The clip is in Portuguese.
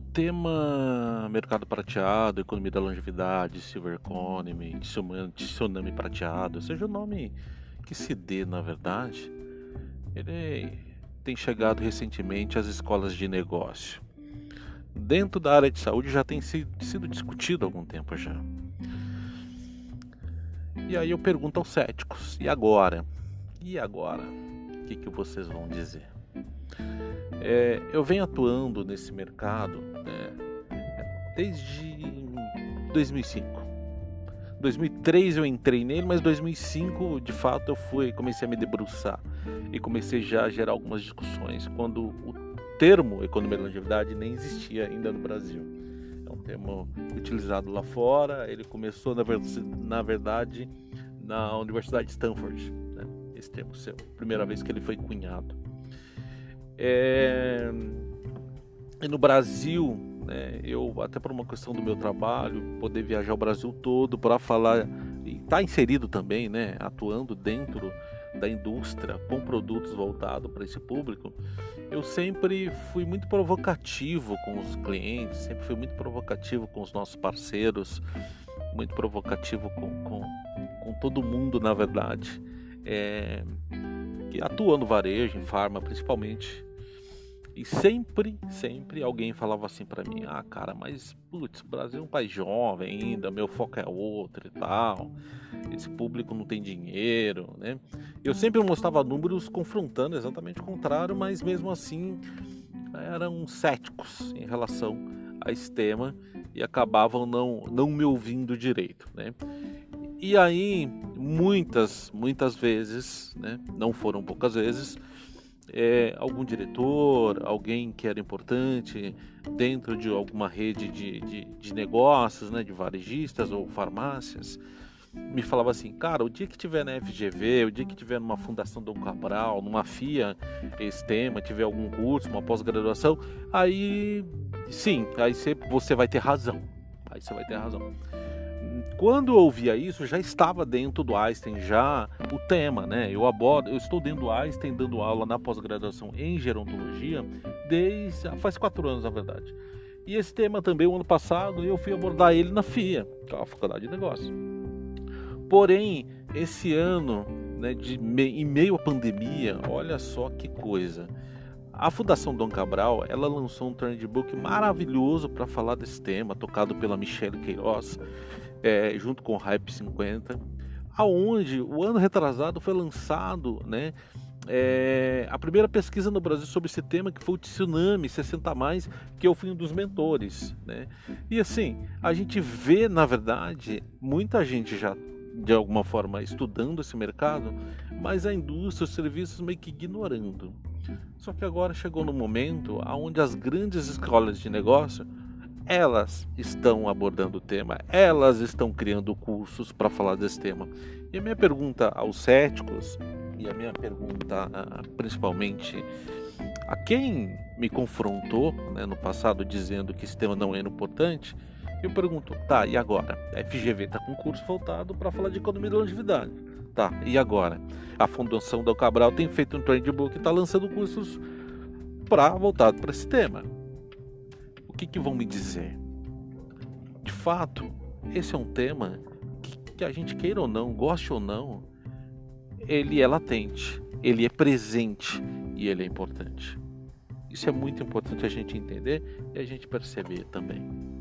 tema mercado prateado, economia da longevidade, silver economy, tsunami prateado, seja o nome que se dê, na verdade, ele tem chegado recentemente às escolas de negócio. Dentro da área de saúde já tem sido discutido há algum tempo já. E aí eu pergunto aos céticos, e agora? E agora? O que vocês vão dizer? Eu venho atuando nesse mercado, desde 2005. 2003 eu entrei nele, mas 2005 de fato comecei a me debruçar e comecei já a gerar algumas discussões, quando o termo economia da longevidade nem existia ainda no Brasil. É um termo utilizado lá fora, ele começou na verdade na Universidade de Stanford, né? Esse termo, primeira vez que ele foi cunhado. E no Brasil, eu até por uma questão do meu trabalho, poder viajar o Brasil todo para falar, e estar inserido também, atuando dentro da indústria com produtos voltados para esse público, eu sempre fui muito provocativo com os clientes, sempre fui muito provocativo com os nossos parceiros, muito provocativo com todo mundo, na verdade, que atua no varejo, em farma principalmente. E sempre alguém falava assim pra mim: ah, cara, mas putz, o Brasil é um país jovem ainda, meu foco é outro e tal, esse público não tem dinheiro, né? Eu sempre mostrava números confrontando exatamente o contrário, mas mesmo assim eram céticos em relação a esse tema e acabavam não me ouvindo direito, né? E aí, muitas vezes, não foram poucas vezes, algum diretor, alguém que era importante dentro de alguma rede de negócios, de varejistas ou farmácias, me falava assim: cara, o dia que tiver na FGV, o dia que tiver numa Fundação Dom Cabral, numa FIA, esse tema, tiver algum curso, uma pós-graduação, aí sim, aí você vai ter razão. Aí você vai ter razão. Quando eu ouvia isso, já estava dentro do Einstein já o tema, eu estou dentro do Einstein dando aula na pós-graduação em gerontologia faz 4 anos, na verdade. E esse tema também, o ano passado, eu fui abordar ele na FIA, que é a Faculdade de Negócios. Porém, esse ano, em meio à pandemia, olha só que coisa. A Fundação Dom Cabral, ela lançou um trendbook maravilhoso para falar desse tema, tocado pela Michelle Queiroz, junto com o Hype 50, aonde o ano retrasado foi lançado, a primeira pesquisa no Brasil sobre esse tema, que foi o Tsunami 60+, que eu fui um dos mentores, E assim, a gente vê, na verdade, muita gente já de alguma forma estudando esse mercado, mas a indústria, os serviços meio que ignorando. Só que agora chegou no momento onde as grandes escolas de negócio, elas estão abordando o tema, elas estão criando cursos para falar desse tema. E a minha pergunta aos céticos, e a minha pergunta principalmente a quem me confrontou no passado dizendo que esse tema não era importante, eu pergunto: tá, e agora? A FGV está com um curso voltado para falar de economia da longevidade. Tá, e agora? A Fundação Dom Cabral tem feito um trendbook e está lançando cursos voltado para esse tema. O que vão me dizer? De fato, esse é um tema que a gente queira ou não, goste ou não, ele é latente, ele é presente e ele é importante. Isso é muito importante a gente entender e a gente perceber também.